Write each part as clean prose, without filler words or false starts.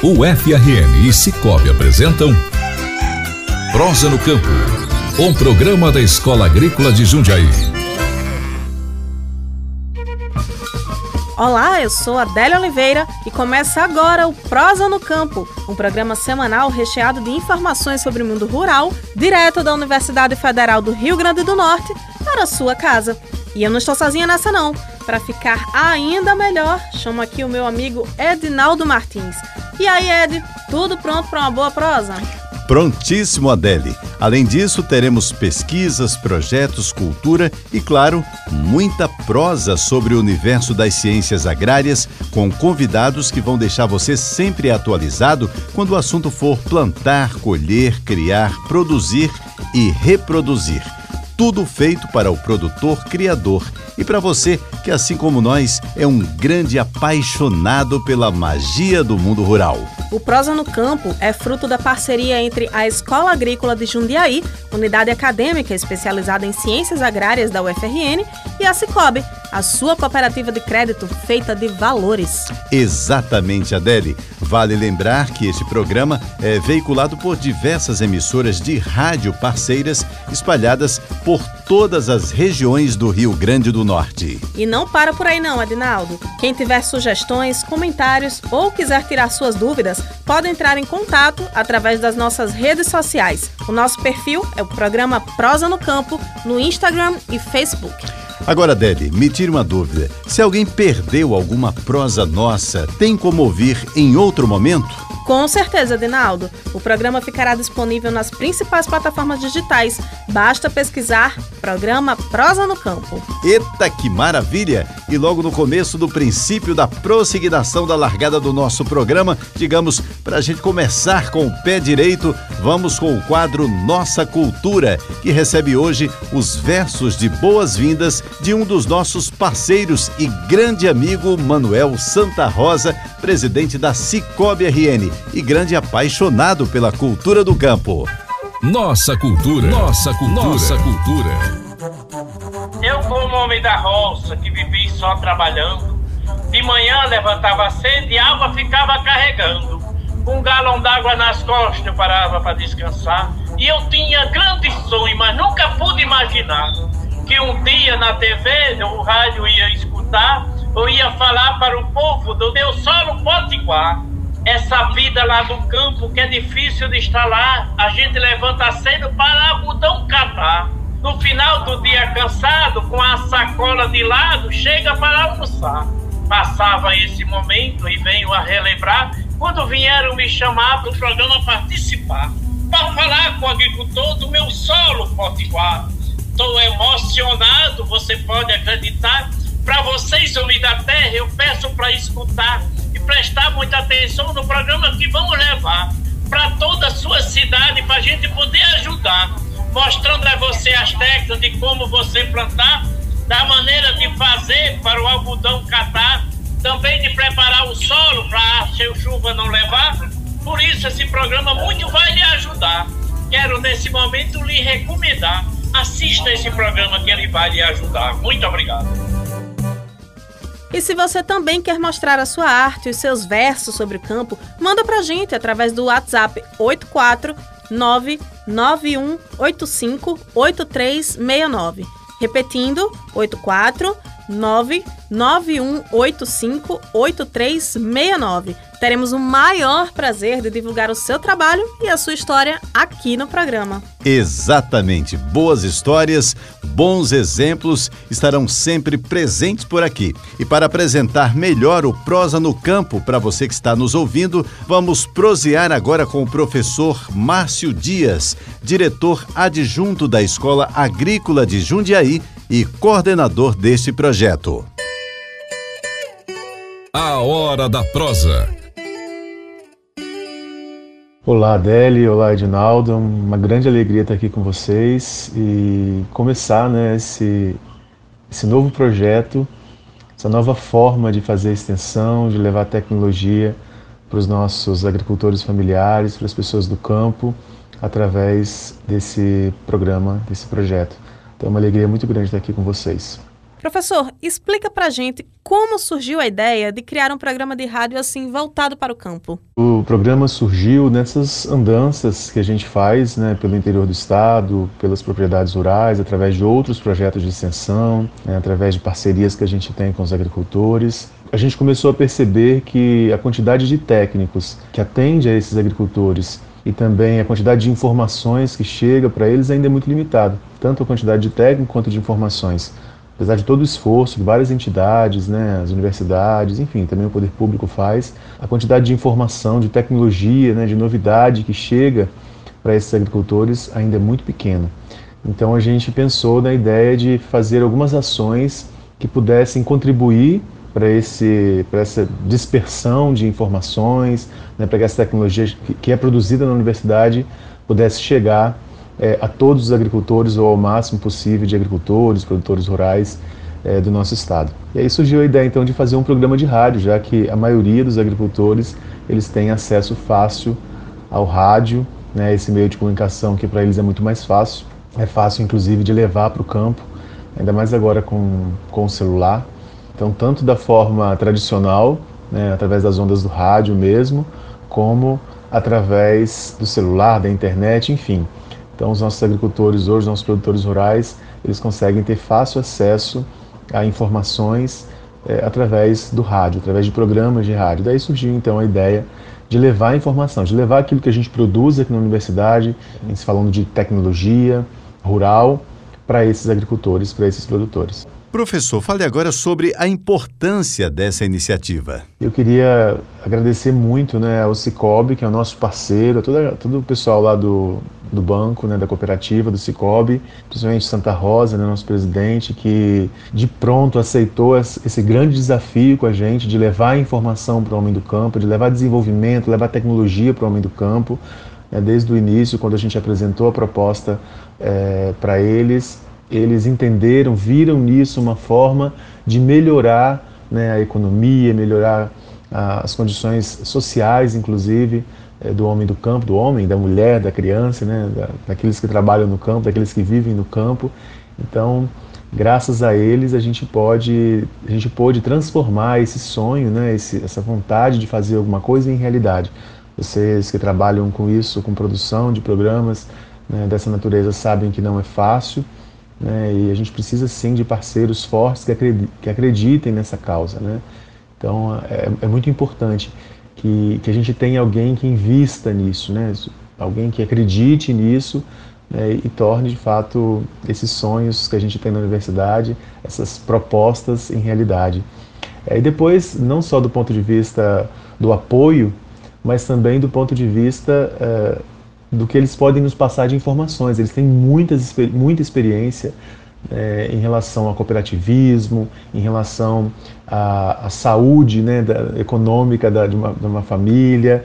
O FRN e Sicoob apresentam Prosa no Campo, um programa da Escola Agrícola de Jundiaí. Olá, eu sou Adélia Oliveira e começa agora o Prosa no Campo, um programa semanal recheado de informações sobre o mundo rural, direto da Universidade Federal do Rio Grande do Norte para a sua casa. E eu não estou sozinha nessa não. Para ficar ainda melhor, chamo aqui o meu amigo Edinaldo Martins. E aí, Ed, tudo pronto para uma boa prosa? Prontíssimo, Adele. Além disso, teremos pesquisas, projetos, cultura e, claro, muita prosa sobre o universo das ciências agrárias, com convidados que vão deixar você sempre atualizado quando o assunto for plantar, colher, criar, produzir e reproduzir. Tudo feito para o produtor criador e para você que, assim como nós, é um grande apaixonado pela magia do mundo rural. O Prosa no Campo é fruto da parceria entre a Escola Agrícola de Jundiaí, unidade acadêmica especializada em ciências agrárias da UFRN, e a Sicoob, a sua cooperativa de crédito feita de valores. Exatamente, Adele. Vale lembrar que este programa é veiculado por diversas emissoras de rádio parceiras espalhadas por todas as regiões do Rio Grande do Norte. E não para por aí não, Adinaldo. Quem tiver sugestões, comentários ou quiser tirar suas dúvidas, pode entrar em contato através das nossas redes sociais. O nosso perfil é o programa Prosa no Campo, no Instagram e Facebook. Agora, Deli, me tire uma dúvida. Se alguém perdeu alguma prosa nossa, tem como ouvir em outro momento? Com certeza, Adinaldo. O programa ficará disponível nas principais plataformas digitais. Basta pesquisar Programa Prosa no Campo. Eita, que maravilha! E logo no começo do princípio da prosseguidação da largada do nosso programa, digamos, para a gente começar com o pé direito, vamos com o quadro Nossa Cultura, que recebe hoje os versos de boas-vindas de um dos nossos parceiros e grande amigo Manuel Santa Rosa, presidente da Sicoob RN e grande apaixonado pela cultura do campo. Nossa cultura, nossa cultura, nossa cultura. Eu, como homem da roça, que vivi só trabalhando, de manhã levantava cedo e água ficava carregando. Com um galão d'água nas costas eu parava para descansar. E eu tinha grandes sonhos, mas nunca pude imaginar que um dia na TV, no rádio ia escutar, eu ia falar para o povo do meu solo potiguar. Essa vida lá do campo que é difícil de estar lá, a gente levanta cedo para algodão catar. No final do dia cansado, com a sacola de lado, chega para almoçar. Passava esse momento e venho a relembrar quando vieram me chamar para o programa participar, para falar com o agricultor do meu solo potiguar. Estou emocionado, você pode acreditar. Para vocês, homens da terra, eu peço para escutar e prestar muita atenção no programa que vamos levar para toda a sua cidade, para a gente poder ajudar, mostrando a você as técnicas de como você plantar, da maneira de fazer para o algodão catar, também de preparar o solo para a chuva não levar. Por isso esse programa muito vai lhe ajudar. Quero nesse momento lhe recomendar, assista esse programa que ele vai lhe ajudar. Muito obrigado. E se você também quer mostrar a sua arte e os seus versos sobre o campo, manda pra gente através do WhatsApp 84991858369. Repetindo, 84991858369. Teremos o maior prazer de divulgar o seu trabalho e a sua história aqui no programa. Exatamente. Boas histórias, bons exemplos estarão sempre presentes por aqui. E para apresentar melhor o Prosa no Campo para você que está nos ouvindo, vamos prosear agora com o professor Márcio Dias, diretor adjunto da Escola Agrícola de Jundiaí e coordenador deste projeto. A Hora da Prosa. Olá, Adele, olá, Edinaldo, uma grande alegria estar aqui com vocês e começar, esse novo projeto, essa nova forma de fazer extensão, de levar tecnologia para os nossos agricultores familiares, para as pessoas do campo, através desse programa, desse projeto. Então é uma alegria muito grande estar aqui com vocês. Professor, explica pra gente como surgiu a ideia de criar um programa de rádio assim voltado para o campo. O programa surgiu nessas andanças que a gente faz, né, pelo interior do estado, pelas propriedades rurais, através de outros projetos de extensão, né, através de parcerias que a gente tem com os agricultores. A gente começou a perceber que a quantidade de técnicos que atende a esses agricultores e também a quantidade de informações que chega para eles ainda é muito limitada, tanto a quantidade de técnico quanto de informações. Apesar de todo o esforço que várias entidades, né, as universidades, enfim, também o poder público faz, a quantidade de informação, de tecnologia, né, de novidade que chega para esses agricultores ainda é muito pequena. Então a gente pensou na ideia de fazer algumas ações que pudessem contribuir para essa dispersão de informações, né, para que essa tecnologia que é produzida na universidade pudesse chegar a todos os agricultores ou ao máximo possível de agricultores, produtores rurais do nosso estado. E aí surgiu a ideia então de fazer um programa de rádio, já que a maioria dos agricultores eles têm acesso fácil ao rádio, né, esse meio de comunicação que para eles é muito mais fácil. É fácil inclusive de levar para o campo, ainda mais agora com o celular. Então tanto da forma tradicional, né, através das ondas do rádio mesmo, como através do celular, da internet, enfim. Então os nossos agricultores hoje, os nossos produtores rurais, eles conseguem ter fácil acesso a informações através do rádio, através de programas de rádio. Daí surgiu então a ideia de levar a informação, de levar aquilo que a gente produz aqui na universidade, falando de tecnologia rural, para esses agricultores, para esses produtores. Professor, fale agora sobre a importância dessa iniciativa. Eu queria agradecer muito, né, ao Cicobi, que é o nosso parceiro, a todo o pessoal lá do banco, né, da cooperativa, do Cicobi, principalmente Santa Rosa, né, nosso presidente, que de pronto aceitou esse grande desafio com a gente de levar a informação para o homem do campo, de levar desenvolvimento, levar tecnologia para o homem do campo. Desde o início, quando a gente apresentou a proposta para eles entenderam, viram nisso uma forma de melhorar, né, a economia, melhorar as condições sociais, inclusive, do homem do campo, do homem, da mulher, da criança, né, daqueles que trabalham no campo, daqueles que vivem no campo. Então, graças a eles, a gente pôde transformar esse sonho, né, essa vontade de fazer alguma coisa em realidade. Vocês que trabalham com isso, com produção de programas, né, dessa natureza, sabem que não é fácil, né, e a gente precisa sim de parceiros fortes que acreditem nessa causa, né? Então é muito importante que a gente tenha alguém que invista nisso, né? Alguém que acredite nisso, né, e torne de fato esses sonhos que a gente tem na universidade, essas propostas em realidade. E depois, não só do ponto de vista do apoio, mas também do ponto de vista do que eles podem nos passar de informações. Eles têm muita experiência em relação ao cooperativismo, em relação à saúde, né, econômica de uma família,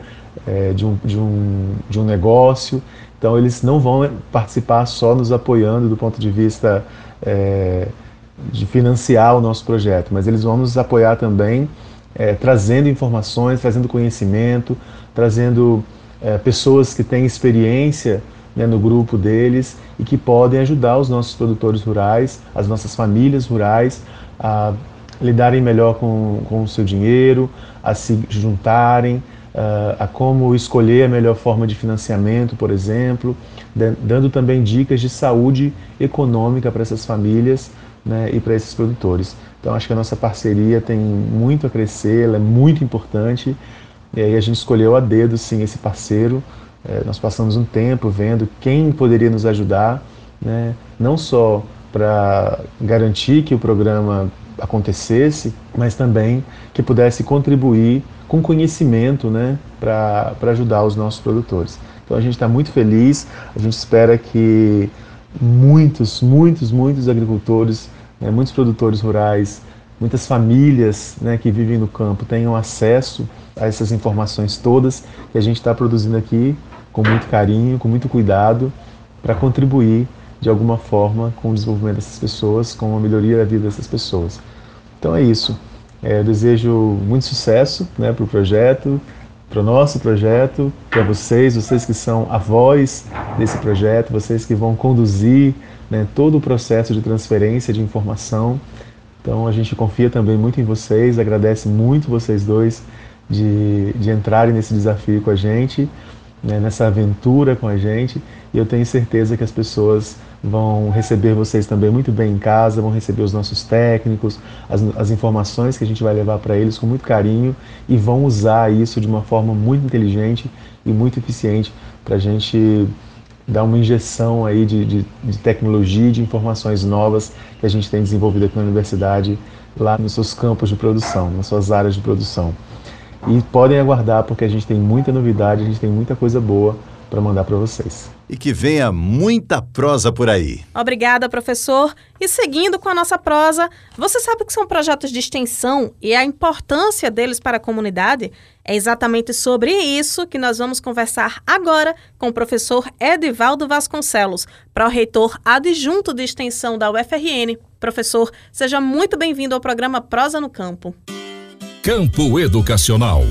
de um negócio. Então eles não vão participar só nos apoiando do ponto de vista de financiar o nosso projeto, mas eles vão nos apoiar também trazendo informações, trazendo conhecimento, trazendo pessoas que têm experiência, né, no grupo deles e que podem ajudar os nossos produtores rurais, as nossas famílias rurais a lidarem melhor com o seu dinheiro, a se juntarem, a como escolher a melhor forma de financiamento, por exemplo, dando também dicas de saúde econômica para essas famílias, né, e para esses produtores. Então acho que a nossa parceria tem muito a crescer, ela é muito importante. E aí a gente escolheu a dedo, sim, esse parceiro. Nós passamos um tempo vendo quem poderia nos ajudar, né? Não só para garantir que o programa acontecesse, mas também que pudesse contribuir com conhecimento, né, para ajudar os nossos produtores. Então a gente está muito feliz, a gente espera que muitos agricultores, né, muitos produtores rurais, muitas famílias, né, que vivem no campo tenham acesso a essas informações todas que a gente está produzindo aqui com muito carinho, com muito cuidado, para contribuir de alguma forma com o desenvolvimento dessas pessoas, com a melhoria da vida dessas pessoas. Então é isso. Eu desejo muito sucesso, né, para o projeto, para o nosso projeto, para vocês que são a voz desse projeto, vocês que vão conduzir, né, todo o processo de transferência de informação Então a gente confia também muito em vocês, agradece muito vocês dois de entrarem nesse desafio com a gente, né, nessa aventura com a gente, e eu tenho certeza que as pessoas vão receber vocês também muito bem em casa, vão receber os nossos técnicos, as informações que a gente vai levar para eles com muito carinho e vão usar isso de uma forma muito inteligente e muito eficiente para a gente dar uma injeção aí de tecnologia e de informações novas que a gente tem desenvolvido aqui na universidade, lá nos seus campos de produção, nas suas áreas de produção. E podem aguardar, porque a gente tem muita novidade, a gente tem muita coisa boa para mandar para vocês. E que venha muita prosa por aí. Obrigada, professor. E seguindo com a nossa prosa, você sabe o que são projetos de extensão e a importância deles para a comunidade? É exatamente sobre isso que nós vamos conversar agora com o professor Edivaldo Vasconcelos, pró-reitor adjunto de extensão da UFRN. Professor, seja muito bem-vindo ao programa Prosa no Campo. Campo Educacional.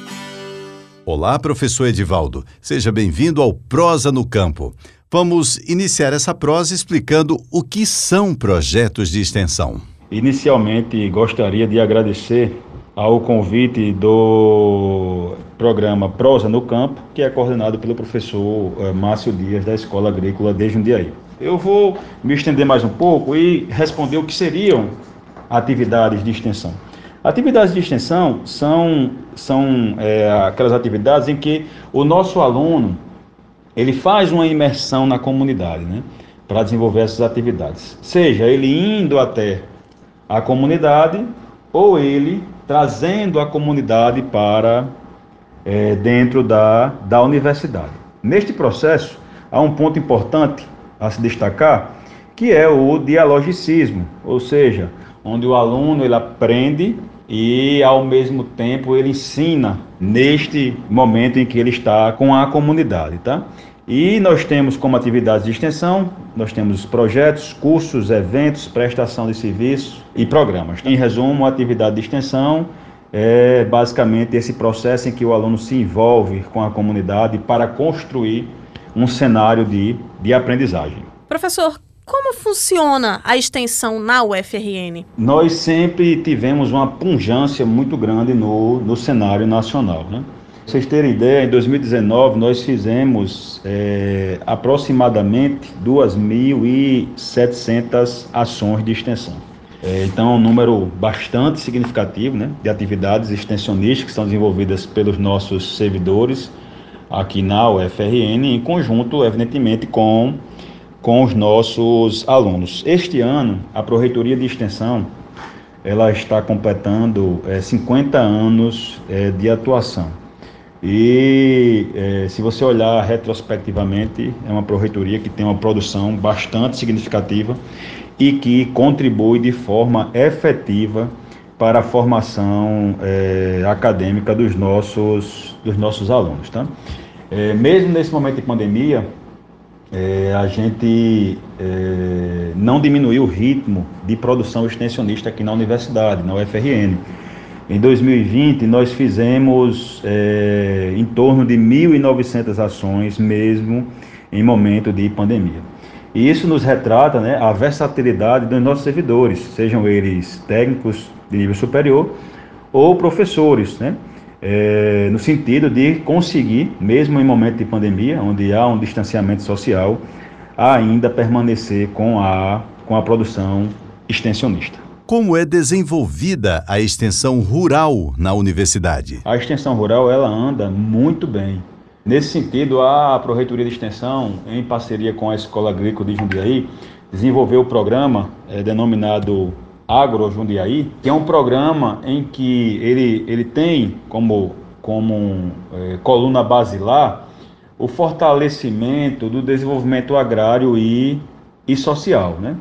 Olá, professor Edivaldo. Seja bem-vindo ao Prosa no Campo. Vamos iniciar essa prosa explicando o que são projetos de extensão. Inicialmente, gostaria de agradecer ao convite do programa Prosa no Campo, que é coordenado pelo professor Márcio Dias, da Escola Agrícola de Jundiaí. Eu vou me estender mais um pouco e responder o que seriam atividades de extensão. Atividades de extensão são aquelas atividades em que o nosso aluno ele faz uma imersão na comunidade, né, para desenvolver essas atividades. Seja ele indo até a comunidade ou ele trazendo a comunidade para dentro da universidade. Neste processo, há um ponto importante a se destacar, que é o dialogicismo, ou seja, onde o aluno ele aprende e, ao mesmo tempo, ele ensina neste momento em que ele está com a comunidade, tá? E nós temos como atividades de extensão, nós temos projetos, cursos, eventos, prestação de serviços e programas. Em resumo, a atividade de extensão é basicamente esse processo em que o aluno se envolve com a comunidade para construir um cenário de aprendizagem. Professor, como funciona a extensão na UFRN? Nós sempre tivemos uma pungência muito grande no cenário nacional, né? Pra vocês terem ideia, em 2019 nós fizemos aproximadamente 2.700 ações de extensão. Então é um número bastante significativo, né, de atividades extensionistas que são desenvolvidas pelos nossos servidores aqui na UFRN, em conjunto, evidentemente, com os nossos alunos. Este ano, a Pró-Reitoria de Extensão ela está completando 50 anos de atuação. E se você olhar retrospectivamente, é uma Pró-Reitoria que tem uma produção bastante significativa e que contribui de forma efetiva para a formação acadêmica dos nossos alunos, tá? Mesmo nesse momento de pandemia, a gente não diminuiu o ritmo de produção extensionista aqui na universidade, na UFRN. Em 2020, nós fizemos em torno de 1.900 ações, mesmo em momento de pandemia. E isso nos retrata, né, a versatilidade dos nossos servidores, sejam eles técnicos de nível superior ou professores, né? No sentido de conseguir, mesmo em momento de pandemia, onde há um distanciamento social, ainda permanecer com a produção extensionista. Como é desenvolvida a extensão rural na universidade? A extensão rural ela anda muito bem. Nesse sentido, a Pró-Reitoria de Extensão, em parceria com a Escola Agrícola de Jundiaí, desenvolveu o programa denominado Agro Jundiaí, que é um programa em que ele tem como coluna basilar o fortalecimento do desenvolvimento agrário e social, né?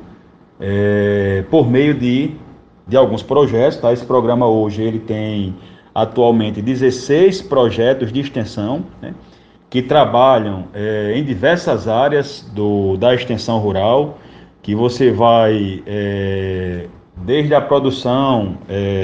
Por meio de alguns projetos, tá? Esse programa hoje ele tem atualmente 16 projetos de extensão, né, que trabalham em diversas áreas da extensão rural, que você vai desde a produção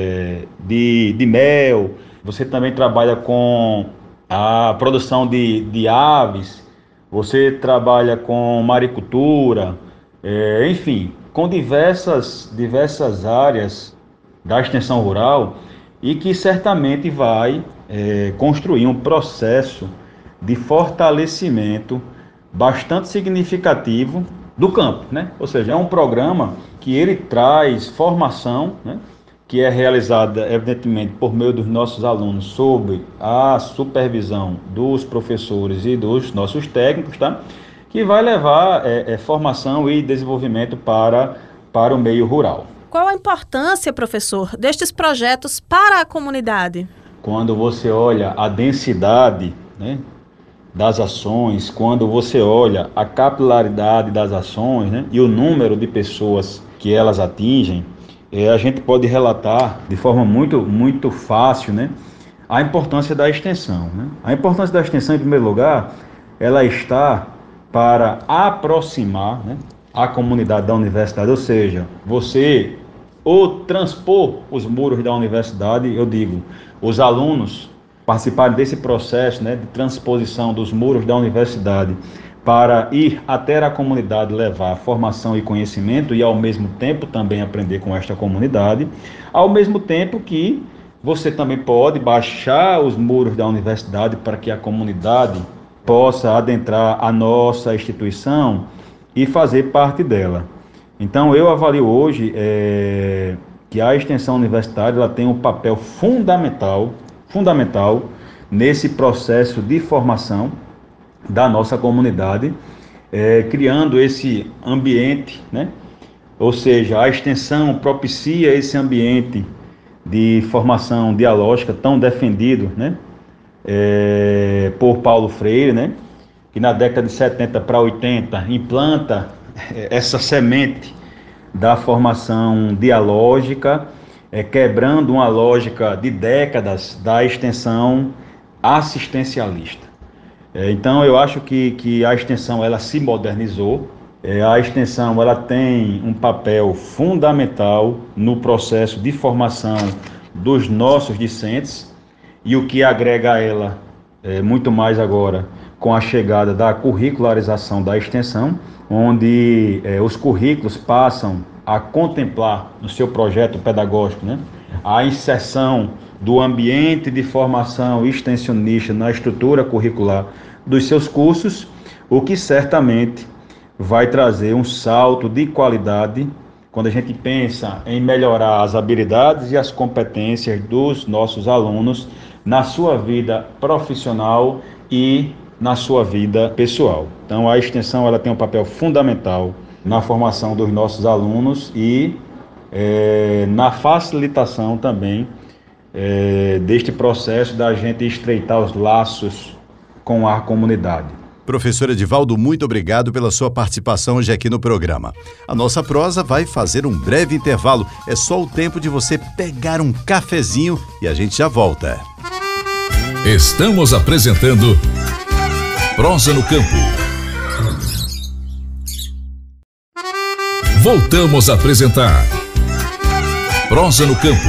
de mel, você também trabalha com a produção de aves, você trabalha com maricultura, enfim, com diversas áreas da extensão rural e que certamente vai construir um processo de fortalecimento bastante significativo do campo, né? Ou seja, é um programa que ele traz formação, né? Que é realizada, evidentemente, por meio dos nossos alunos, sob a supervisão dos professores e dos nossos técnicos, tá? Que vai levar formação e desenvolvimento para o meio rural. Qual a importância, professor, destes projetos para a comunidade? Quando você olha a densidade, né, das ações, quando você olha a capilaridade das ações, né, e o número de pessoas que elas atingem, a gente pode relatar de forma muito fácil, né, a importância da extensão, né? A importância da extensão, em primeiro lugar, ela está para aproximar, né, a comunidade da universidade, ou seja, você ou transpor os muros da universidade, eu digo, os alunos participarem desse processo, né, de transposição dos muros da universidade para ir até a comunidade levar formação e conhecimento e ao mesmo tempo também aprender com esta comunidade, ao mesmo tempo que você também pode baixar os muros da universidade para que a comunidade possa adentrar a nossa instituição e fazer parte dela. Então eu avalio hoje que a extensão universitária ela tem um papel fundamental nesse processo de formação da nossa comunidade, criando esse ambiente, né? Ou seja, a extensão propicia esse ambiente de formação dialógica tão defendido, né? Por Paulo Freire, né? Que na década de 70 para 80 implanta essa semente da formação dialógica, quebrando uma lógica de décadas da extensão assistencialista. Então eu acho que a extensão ela se modernizou, a extensão ela tem um papel fundamental no processo de formação dos nossos discentes e o que agrega a ela muito mais agora com a chegada da curricularização da extensão, onde os currículos passam a contemplar no seu projeto pedagógico, né, a inserção do ambiente de formação extensionista na estrutura curricular dos seus cursos, o que certamente vai trazer um salto de qualidade quando a gente pensa em melhorar as habilidades e as competências dos nossos alunos na sua vida profissional e na sua vida pessoal. Então a extensão ela tem um papel fundamental na formação dos nossos alunos e na facilitação também deste processo da gente estreitar os laços com a comunidade. Professor Edivaldo, muito obrigado pela sua participação hoje aqui no programa. A nossa prosa vai fazer um breve intervalo. É só o tempo de você pegar um cafezinho e a gente já volta. Estamos apresentando Prosa no Campo. Voltamos a apresentar Prosa no Campo.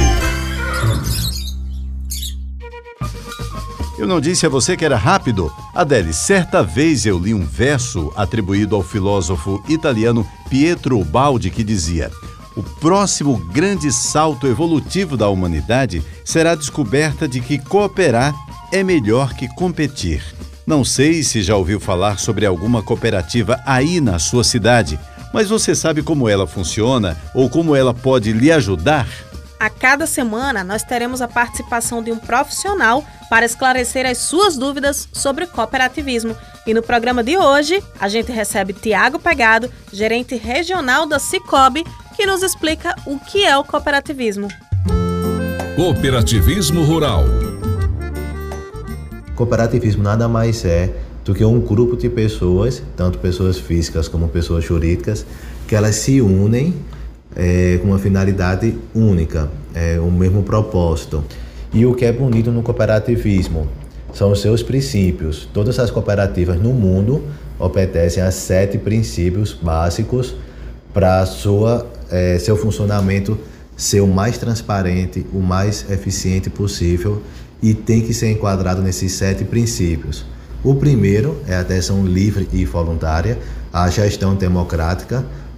Eu não disse a você que era rápido? Adele, certa vez eu li um verso atribuído ao filósofo italiano Pietro Ubaldi que dizia: o próximo grande salto evolutivo da humanidade será a descoberta de que cooperar é melhor que competir. Não sei se já ouviu falar sobre alguma cooperativa aí na sua cidade, mas você sabe como ela funciona ou como ela pode lhe ajudar? A cada semana, nós teremos a participação de um profissional para esclarecer as suas dúvidas sobre cooperativismo. E no programa de hoje, a gente recebe Tiago Pegado, gerente regional da Sicobi, que nos explica o que é o cooperativismo. Cooperativismo rural. Cooperativismo nada mais é do que um grupo de pessoas, tanto pessoas físicas como pessoas jurídicas, que elas se unem com uma finalidade única, o mesmo propósito. E o que é bonito no cooperativismo são os seus princípios. Todas as cooperativas no mundo obedecem a 7 princípios básicos para seu funcionamento ser o mais transparente, o mais eficiente possível, e tem que ser enquadrado nesses 7 princípios. O primeiro é a adesão livre e voluntária, a gestão democrática,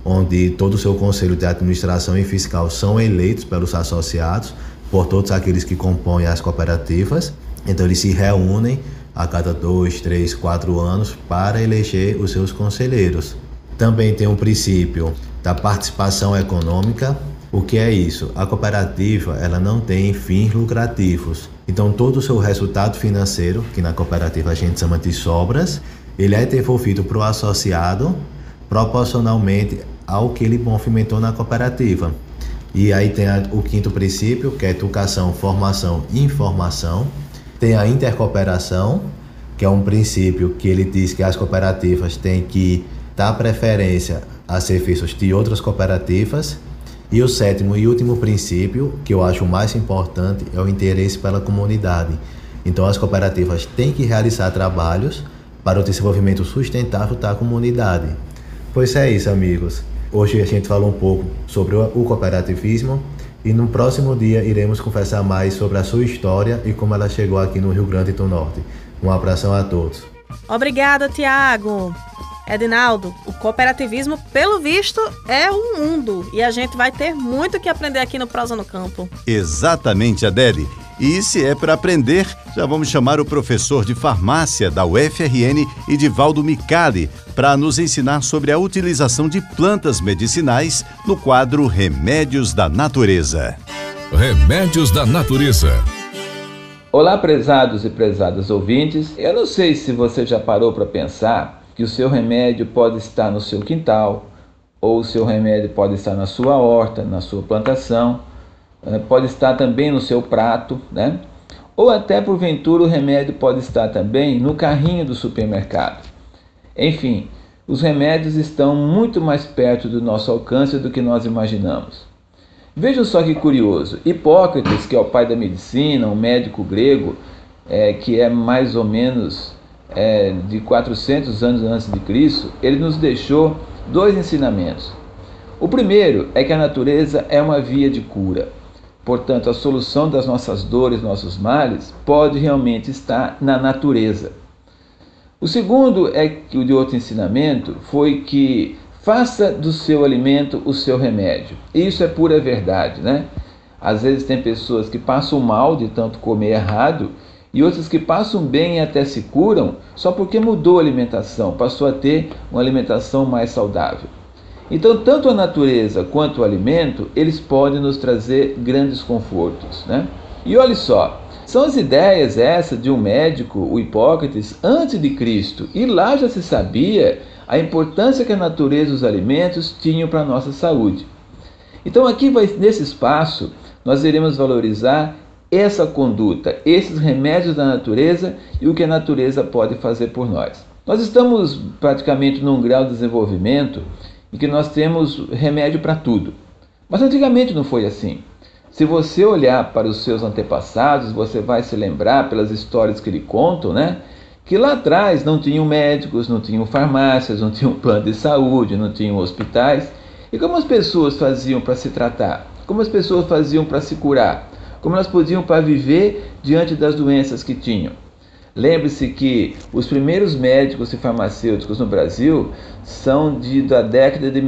onde todo o seu conselho de administração e fiscal são eleitos pelos associados, por todos aqueles que compõem as cooperativas. Então eles se reúnem a cada 2, 3, 4 anos para eleger os seus conselheiros. Também tem um princípio da participação econômica. O que é isso? A cooperativa ela não tem fins lucrativos. Então todo o seu resultado financeiro, que na cooperativa a gente chama de sobras, ele é devolvido para o associado proporcionalmente ao que ele movimentou na cooperativa. E aí tem o quinto princípio, que é educação, formação e informação. Tem a intercooperação, que é um princípio que ele diz que as cooperativas têm que dar preferência a serviços de outras cooperativas. E o sétimo e último princípio, que eu acho o mais importante, é o interesse pela comunidade. Então as cooperativas têm que realizar trabalhos para o desenvolvimento sustentável da comunidade. Pois é isso, amigos. Hoje a gente falou um pouco sobre o cooperativismo e no próximo dia iremos conversar mais sobre a sua história e como ela chegou aqui no Rio Grande do Norte. Um abração a todos. Obrigada, Tiago. Edinaldo, o cooperativismo, pelo visto, é um mundo e a gente vai ter muito que aprender aqui no Prosa no Campo. Exatamente, Adele. E se é para aprender, já vamos chamar o professor de farmácia da UFRN, Edivaldo Micali, para nos ensinar sobre a utilização de plantas medicinais no quadro Remédios da Natureza. Remédios da Natureza. Olá, prezados e prezadas ouvintes. Eu não sei se você já parou para pensar que o seu remédio pode estar no seu quintal, ou o seu remédio pode estar na sua horta, na sua plantação, pode estar também no seu prato, né? Ou até porventura o remédio pode estar também no carrinho do supermercado. Enfim, os remédios estão muito mais perto do nosso alcance do que nós imaginamos. Vejam só que curioso, Hipócrates, que é o pai da medicina, um médico grego, que é mais ou menos de 400 anos antes de Cristo, ele nos deixou 2 ensinamentos. O primeiro é que a natureza é uma via de cura. Portanto, a solução das nossas dores, nossos males, pode realmente estar na natureza. O segundo o de outro ensinamento foi que faça do seu alimento o seu remédio. Isso é pura verdade, né? Às vezes tem pessoas que passam mal de tanto comer errado e outras que passam bem e até se curam só porque mudou a alimentação, passou a ter uma alimentação mais saudável. Então, tanto a natureza quanto o alimento, eles podem nos trazer grandes confortos, né? E olha só, são as ideias essas de um médico, o Hipócrates, antes de Cristo. E lá já se sabia a importância que a natureza e os alimentos tinham para a nossa saúde. Então aqui, nesse espaço, nós iremos valorizar essa conduta, esses remédios da natureza e o que a natureza pode fazer por nós. Nós estamos praticamente num grau de desenvolvimento em que nós temos remédio para tudo. Mas antigamente não foi assim. Se você olhar para os seus antepassados, você vai se lembrar pelas histórias que lhe contam, né? Que lá atrás não tinham médicos, não tinham farmácias, não tinham plano de saúde, não tinham hospitais. E como as pessoas faziam para se tratar? Como as pessoas faziam para se curar? Como elas podiam para viver diante das doenças que tinham? Lembre-se que os primeiros médicos e farmacêuticos no Brasil são da década de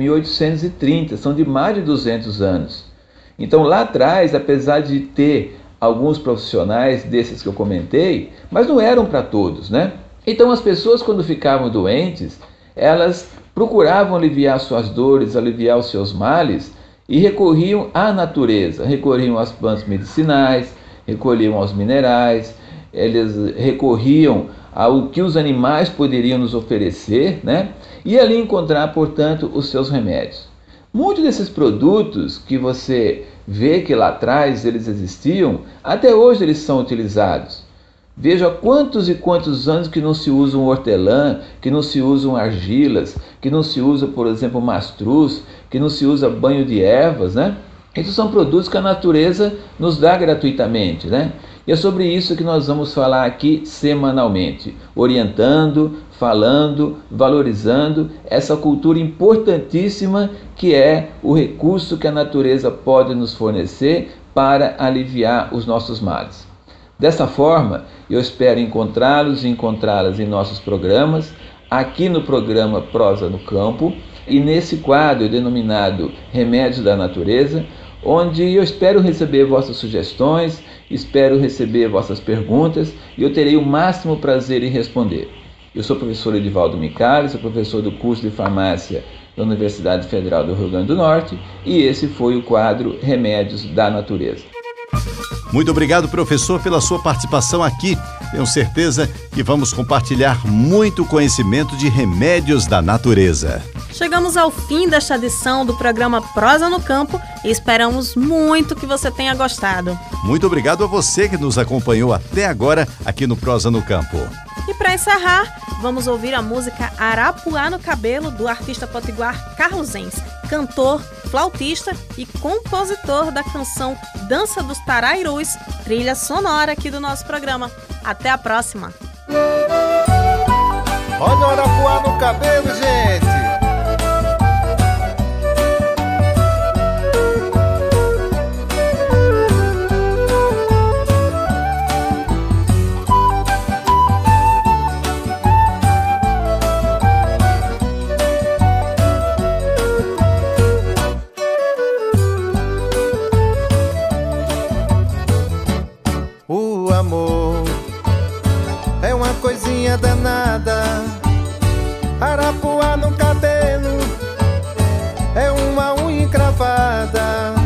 1830, são de mais de 200 anos. Então lá atrás, apesar de ter alguns profissionais desses que eu comentei, mas não eram para todos, né? Então as pessoas quando ficavam doentes, elas procuravam aliviar suas dores, aliviar os seus males e recorriam à natureza, recorriam às plantas medicinais, recorriam aos minerais, eles recorriam ao que os animais poderiam nos oferecer, né? E ali encontrar, portanto, os seus remédios. Muitos desses produtos que você vê que lá atrás eles existiam, até hoje eles são utilizados. Veja quantos e quantos anos que não se usa um hortelã, que não se usam argilas, que não se usa, por exemplo, mastruz, que não se usa banho de ervas, né? Esses são produtos que a natureza nos dá gratuitamente, né? E é sobre isso que nós vamos falar aqui semanalmente, orientando, falando, valorizando essa cultura importantíssima que é o recurso que a natureza pode nos fornecer para aliviar os nossos males. Dessa forma, eu espero encontrá-los e encontrá-las em nossos programas, aqui no programa Prosa no Campo, e nesse quadro denominado Remédios da Natureza, onde eu espero receber vossas sugestões, espero receber vossas perguntas e eu terei o máximo prazer em responder. Eu sou o professor Edivaldo Micali, sou professor do curso de farmácia da Universidade Federal do Rio Grande do Norte e esse foi o quadro Remédios da Natureza. Muito obrigado, professor, pela sua participação aqui. Tenho certeza que vamos compartilhar muito conhecimento de remédios da natureza. Chegamos ao fim desta edição do programa Prosa no Campo e esperamos muito que você tenha gostado. Muito obrigado a você que nos acompanhou até agora aqui no Prosa no Campo. E para encerrar, vamos ouvir a música Arapuá no Cabelo, do artista potiguar Carlos Enz, cantor, flautista e compositor da canção Dança dos Tarairus, trilha sonora aqui do nosso programa. Até a próxima! Olha o Arapuá no cabelo, gente! O amor é uma coisinha danada, Arapuá no cabelo é uma unha encravada.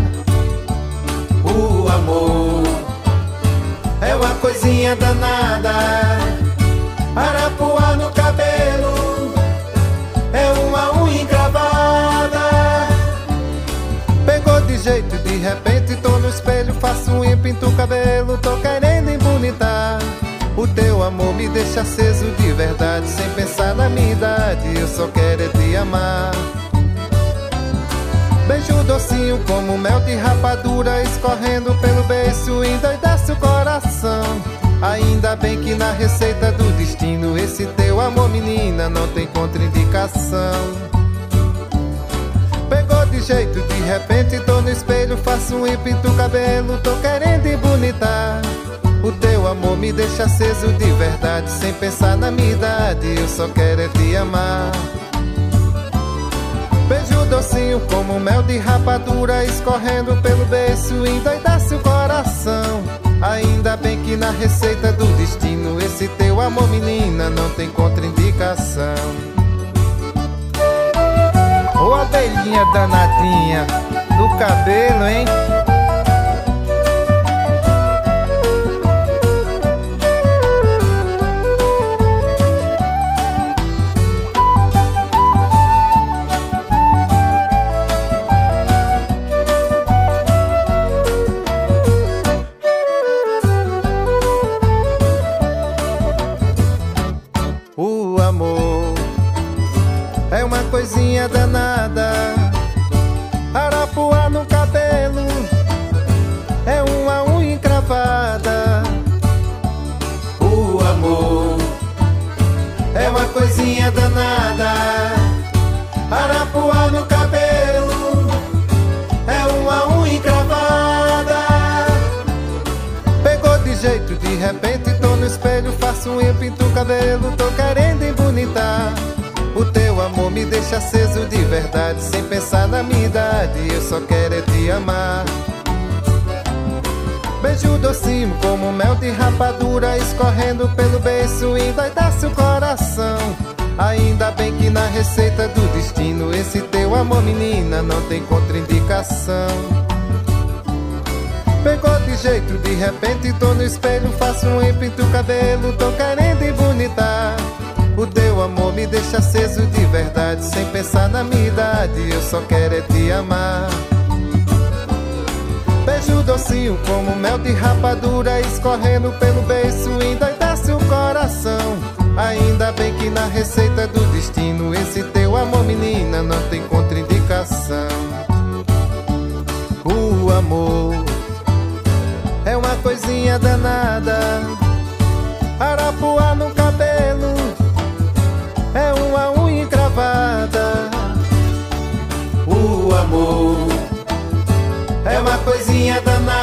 O amor é uma coisinha danada, Arapuá no cabelo é uma unha encravada. Pegou de jeito, de repente tô no espelho, faço unha, pinto o cabelo, tô querendo embonitar. O teu amor me deixa aceso de verdade, sem pensar na minha idade, eu só quero é te amar. Beijo docinho como mel de rapadura, escorrendo pelo beiço, endoidace o coração. Ainda bem que na receita do destino, esse teu amor, menina, não tem contraindicação. Pegou de jeito, de repente tô no espelho, faço um e pinto o cabelo, tô querendo embonitar. O teu amor me deixa aceso de verdade, sem pensar na minha idade, eu só quero é te amar. Beijo docinho como mel de rapadura, escorrendo pelo beiço, endoidace o coração. Ainda bem que na receita do destino, esse teu amor, menina, não tem contraindicação. Ô abelhinha danadinha no cabelo, hein? O amor é uma coisinha danada, Arapuá no cabelo é uma unha encravada. O amor é uma coisinha danada, Arapuá no cabelo é uma unha encravada. Pegou de jeito, de repente tô no espelho, faço unha, pinto o cabelo, tô querendo embonitar. O teu amor me deixa aceso de verdade, sem pensar na minha idade, eu só quero é te amar. Beijo docinho como mel de rapadura, escorrendo pelo beiço, endoidace o coração. Ainda bem que na receita do destino, esse teu amor, menina, não tem contraindicação. Pegou de jeito, de repente tô no espelho, faço um e pinto o cabelo, tô querendo embonitar. O teu amor me deixa aceso de verdade, sem pensar na minha idade, eu só quero é te amar. Beijo docinho como mel de rapadura, escorrendo pelo beiço, endoidace o coração. Ainda bem que na receita do destino, esse teu amor, menina, não tem contraindicação. O amor é uma coisinha danada, Arapuá no cabelo é uma unha encravada. O amor é uma coisinha danada,